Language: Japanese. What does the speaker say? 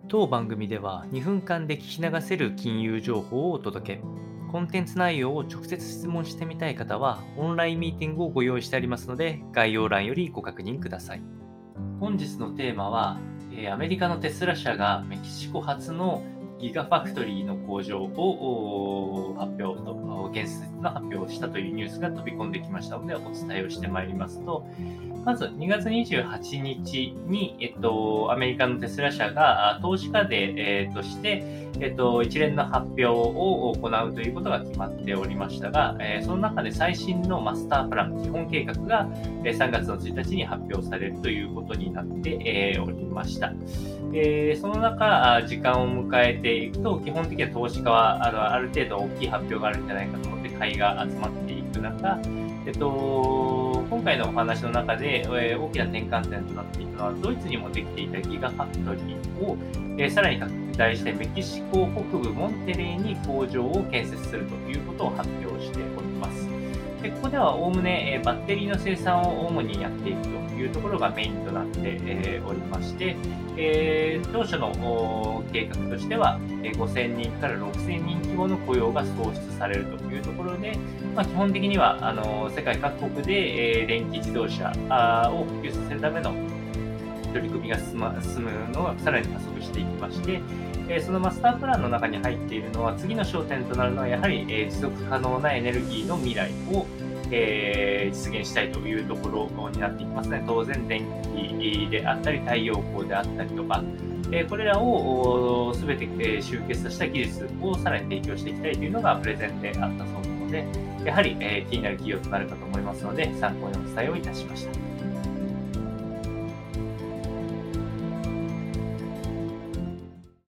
当番組では2分間で聞き流せる金融情報をお届け。コンテンツ内容を直接質問してみたい方は、オンラインミーティングをご用意してありますので、概要欄よりご確認ください。本日のテーマは、アメリカのテスラ社がメキシコ発のギガファクトリーの工場を発表と、建設の発表をしたというニュースが飛び込んできましたので、お伝えをしてまいりますと、まず2月28日に、アメリカのテスラ社が投資家で、として、一連の発表を行うということが決まっておりましたが、その中で最新のマスタープラン、基本計画が3月の1日に発表されるということになっておりました。その中、時間を迎えていくと、基本的には投資家はある程度大きい発表があるんじゃないかと思って買いが集まっていく中、今回のお話の中で、大きな転換点となっていたのは、ドイツにもできていたギガファクトリーを、さらに拡大してメキシコ北部モンテレーに工場を建設するということを発表しております。でここではおおむね、バッテリーの生産を主にやっていくというところがメインとなって、おりまして、当初の計画としては、5000人から6000人規模の雇用が創出されるというところで、基本的には世界各国で、電気自動車を普及させるための取り組みが進むのがさらに加速していきまして、そのマスタープランの中に入っているのは、次の焦点となるのはやはり、持続可能なエネルギーの未来を実現したいというところになっていきますね。当然、電気であったり、太陽光であったりとか、これらをすべて集結させた技術をさらに提供していきたいというのがプレゼンであったそうなので、やはり気になる企業となるかと思いますので、参考にお伝えをいたしました。